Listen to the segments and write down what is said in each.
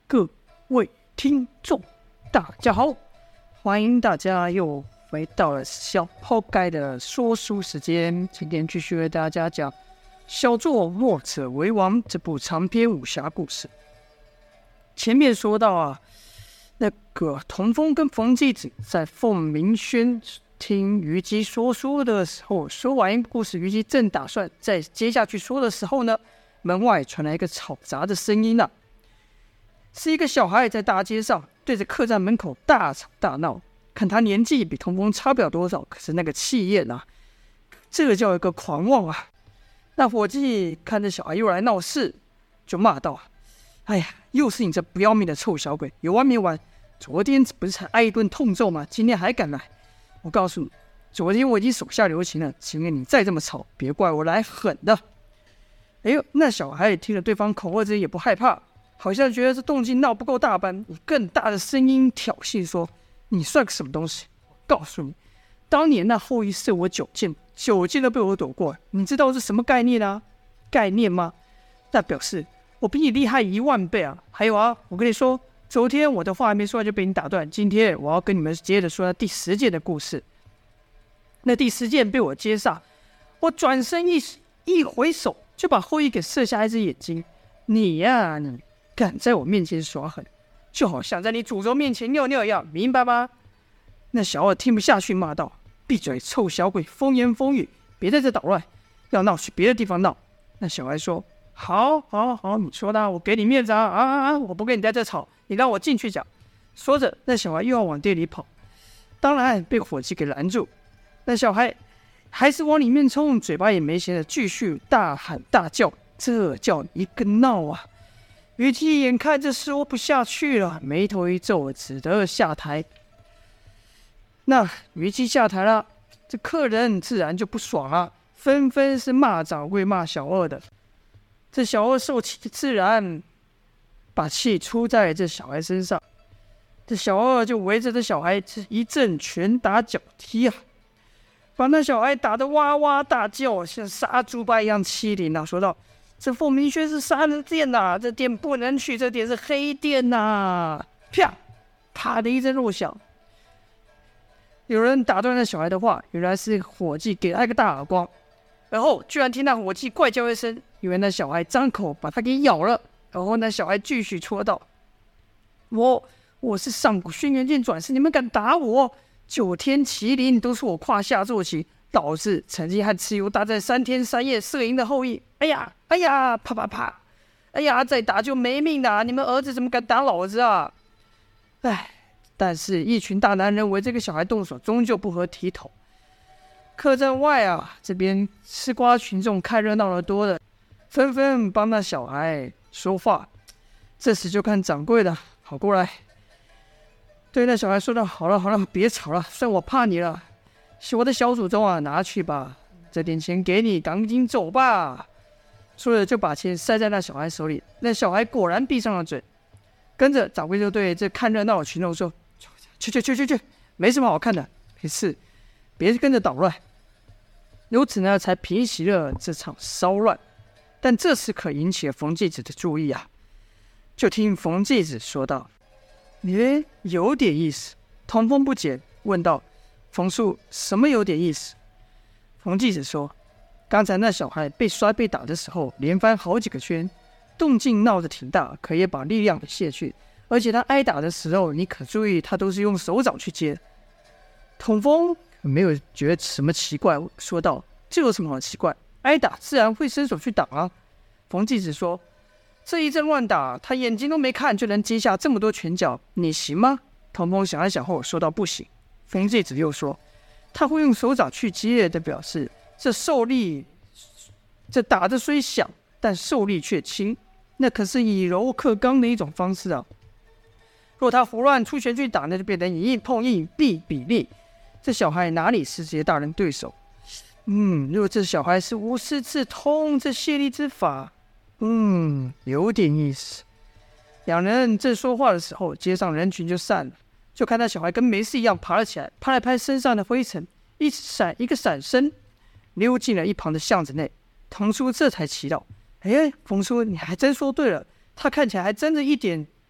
各位听众，大家好，欢迎大家又回到了小抛盖的说书时间。今天继续为大家讲小作弱者为王这部长篇武侠故事。前面说到啊，那个童风跟冯继子在凤鸣轩听虞姬说书的时候，说完一个故事，虞姬正打算再接下去说的时候呢，门外传来一个吵杂的声音啊，是一个小孩在大街上对着客栈门口大吵大闹。看他年纪比童风差不了多少，可是那个气焰啊，这叫一个狂妄啊！那伙计看着小孩又来闹事，就骂道：“哎呀，又是你这不要命的臭小鬼，有完没完？昨天不是才挨一顿痛揍吗？今天还敢来？我告诉你，昨天我已经手下留情了，今天你再这么吵，别怪我来狠的。”哎呦，那小孩听了对方口恶之言也不害怕，好像觉得这动静闹不够大般，以更大的声音挑衅说：“你算个什么东西？我告诉你，当年那后羿射我9箭，9箭都被我躲过，你知道是什么概念啊？概念吗？那表示我比你厉害10000倍啊！还有啊，我跟你说，昨天我的话还没说完就被你打断，今天我要跟你们接着说那第10箭的故事。那第10箭被我接上，我转身一回手就把后羿给射下一只眼睛。你呀，你敢在我面前耍狠，就好像在你祖宗面前尿尿一样，明白吗？”那小二听不下去，骂道：“闭嘴，臭小鬼，风言风语，别在这捣乱，要闹去别的地方闹。”那小孩说：“好，你说的，我给你面子啊！我不跟你在这吵，你让我进去讲。”说着，那小孩又要往店里跑，当然被伙计给拦住。那小孩还是往里面冲，嘴巴也没闲的继续大喊大叫，这叫一个闹啊！虞姬眼看这说不下去了，眉头一皱，只得下台。那虞姬下台了，这客人自然就不爽了，纷纷是骂掌柜骂小二的。这小二受气，自然把气出在这小孩身上。这小二就围着这小孩一阵拳打脚踢啊，把那小孩打得哇哇大叫，像杀猪般一样欺凌啊，说道：“这凤鸣轩是杀人店呐，这店不能去，这店是黑店呐！”啪，啪的一阵落响。有人打断了小孩的话，原来是伙计给他一个大耳光，然后居然听那伙计怪叫一声，以为那小孩张口把他给咬了。然后那小孩继续说道：“我是上古轩辕剑转世，你们敢打我？9天麒麟都是我胯下坐骑，老子曾经和蚩尤大战3天3夜，射赢了后羿。哎呀，啪啪啪！哎呀，再打就没命了！你们儿子怎么敢打老子啊？”哎，但是一群大男人围这个小孩动手，终究不合体统。客栈外啊，这边吃瓜群众看热闹的多了，纷纷帮那小孩说话。这时就看掌柜的跑过来，对那小孩说道：“好了，别吵了，算我怕你了。是我的小祖宗啊，拿去吧，这点钱给你，赶紧走吧。”说着就把钱塞在那小孩手里。那小孩果然闭上了嘴。跟着掌柜就对这看热闹的群众说：“去，没什么好看的，没事，别跟着捣乱。”如此呢，才平息了这场骚乱。但这时可引起了冯继子的注意啊！就听冯继子说道：“有点意思。”童风不解，问道：“冯叔，什么有点意思？”冯继子说：“刚才那小孩被摔被打的时候，连翻好几个圈，动静闹得挺大，可也把力量给泄去。而且他挨打的时候，你可注意，他都是用手掌去接。”童风没有觉得什么奇怪，说道：“这有什么好奇怪？挨打自然会伸手去挡啊。”冯继子说：“这一阵乱打，他眼睛都没看就能接下这么多拳脚，你行吗？”童风想一想后说道：“不行。”冯继子又说：“他会用手掌去接的，表示这受力，这打的虽响，但受力却轻，那可是以柔克刚的一种方式啊。若他胡乱出拳去打，那就变成以硬碰硬，必比力。这小孩哪里是这些大人对手？若这小孩是无师自通，这泄力之法，有点意思。”两人正说话的时候，街上人群就散了，就看那小孩跟没事一样爬了起来，拍了拍身上的灰尘，一个闪身，溜进了一旁的巷子内。童叔这才奇道：“冯叔，你还真说对了，他看起来还真的一点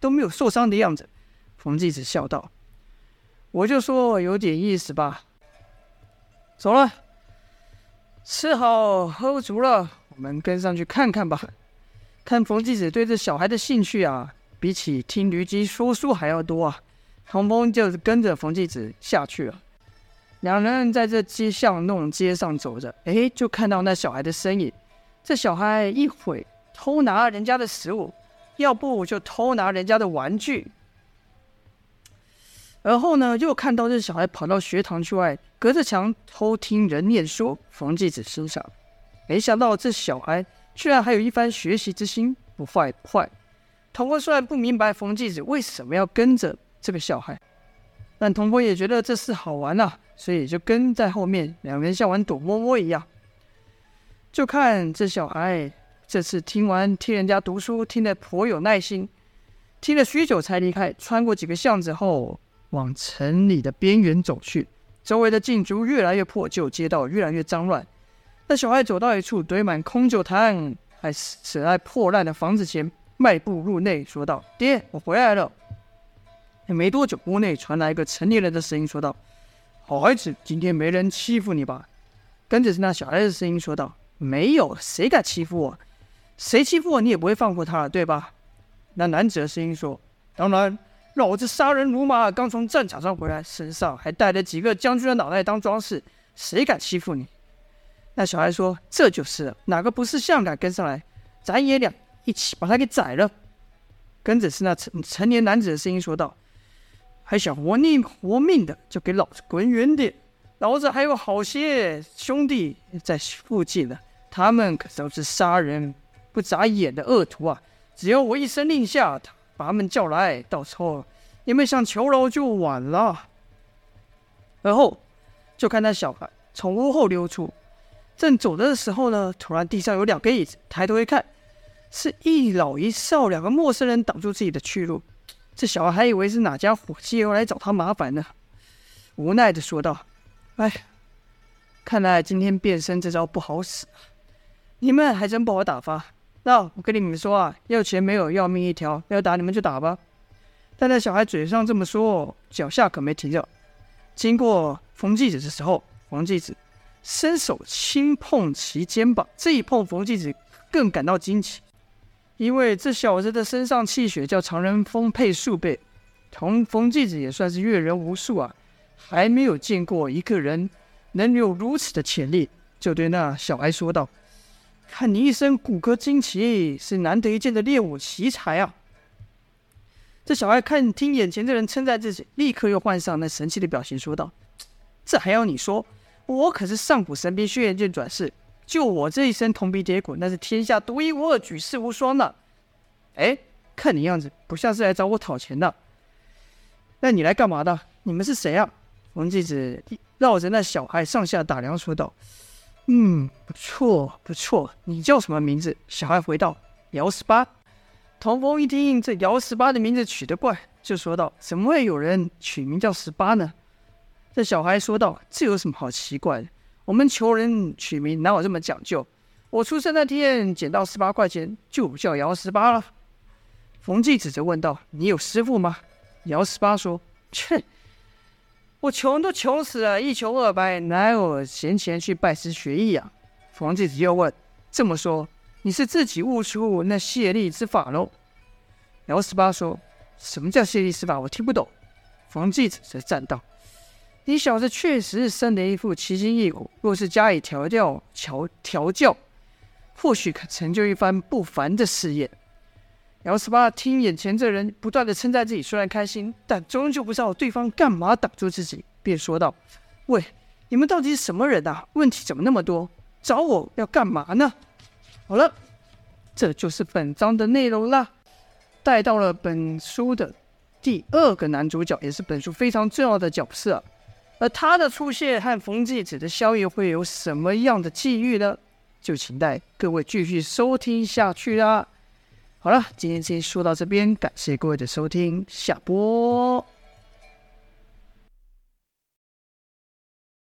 都没有受伤的样子。冯继子笑道：“我就说有点意思吧。走了，吃好喝足了，我们跟上去看看吧。”看冯继子对这小孩的兴趣啊，比起听驴鸡说书还要多啊。童风就跟着冯继子下去了。两人在这巷弄街上走着，就看到那小孩的身影。这小孩一会偷拿人家的食物，要不就偷拿人家的玩具。而后呢，又看到这小孩跑到学堂去外，隔着墙偷听人念书。冯继子心想，没想到这小孩居然还有一番学习之心，不坏不坏。童风虽然不明白冯继子为什么要跟着这个小孩，但童风也觉得这事好玩啊，所以就跟在后面，两人像玩躲摸摸一样。就看这小孩这次听人家读书，听得颇有耐心，听了许久才离开。穿过几个巷子后，往城里的边缘走去。周围的建筑越来越破旧，街道越来越脏乱。那小孩走到一处堆满空酒坛还死在破烂的房子前，迈步入内，说道：“爹，我回来了。”没多久，屋内传来一个成年人的声音，说道：“好孩子，今天没人欺负你吧？”跟着是那小孩的声音说道：“没有，谁敢欺负我？谁欺负我，你也不会放过他了，对吧？”那男子的声音说：“当然，老子杀人如麻，刚从战场上回来，身上还带了几个将军的脑袋当装饰，谁敢欺负你？”那小孩说：“这就是了，哪个不是相敢跟上来，咱爷俩一起把他给宰了。”跟着是那成年男子的声音说道：“还想活命的，就给老子滚远点！老子还有好些兄弟在附近呢，他们可都是杀人不眨眼的恶徒啊！只要我一声令下，把他们叫来，到时候你们想求饶就晚了。”而后就看那小孩从屋后溜出，正走的时候呢，突然地上有2个椅子，抬头一看，是一老一少2个陌生人挡住自己的去路。这小孩还以为是哪家伙计要来找他麻烦呢，无奈的说道：“哎，看来今天变身这招不好使，你们还真不好打发。那我跟你们说啊，要钱没有，要命一条，要打你们就打吧。”但那小孩嘴上这么说，脚下可没停着。经过冯继子的时候，冯继子伸手轻碰其肩膀，这一碰冯继子更感到惊奇，因为这小子的身上气血较常人丰沛数倍，同冯继子也算是阅人无数啊，还没有见过一个人能有如此的潜力，就对那小孩说道：“看你一身骨骼惊奇，是难得一见的练武奇才啊！”这小孩听眼前的人称赞自己，立刻又换上那神气的表情，说道：“这还要你说？我可是上古神兵轩辕剑转世，就我这一身铜皮铁骨，那是天下独一无二、举世无双的。看你样子不像是来找我讨钱的，那你来干嘛的？你们是谁啊？”冯继子绕着那小孩上下打量，说道：“不错不错，你叫什么名字？”小孩回道：“姚18。”童风一听这姚18的名字取得怪，就说道：“怎么会有人取名叫18呢？”这小孩说道：“这有什么好奇怪的？我们求人取名哪有这么讲究？我出生那天捡到18块钱，就叫姚18了。”冯继子则问道：“你有师傅吗？”姚18说：“切，我穷都穷死了，一穷二白，哪有闲钱去拜师学艺啊？”冯继子又问：“这么说，你是自己悟出那泄力之法喽？”姚18说：“什么叫泄力之法？我听不懂。”冯继子则赞道：“你小子确实生得一副奇筋异骨，若是加以调教，或许可成就一番不凡的事业。”姚18听眼前这人不断的称赞自己，虽然开心，但终究不知道对方干嘛挡住自己，便说道：“喂，你们到底是什么人啊？问题怎么那么多？找我要干嘛呢？”好了，这就是本章的内容啦。带到了本书的第2个男主角，也是本书非常重要的角色啊。而他的出现和冯继子的消息会有什么样的际遇呢？就请待各位继续收听下去啦。好了，今天先说到这边，感谢各位的收听，下播。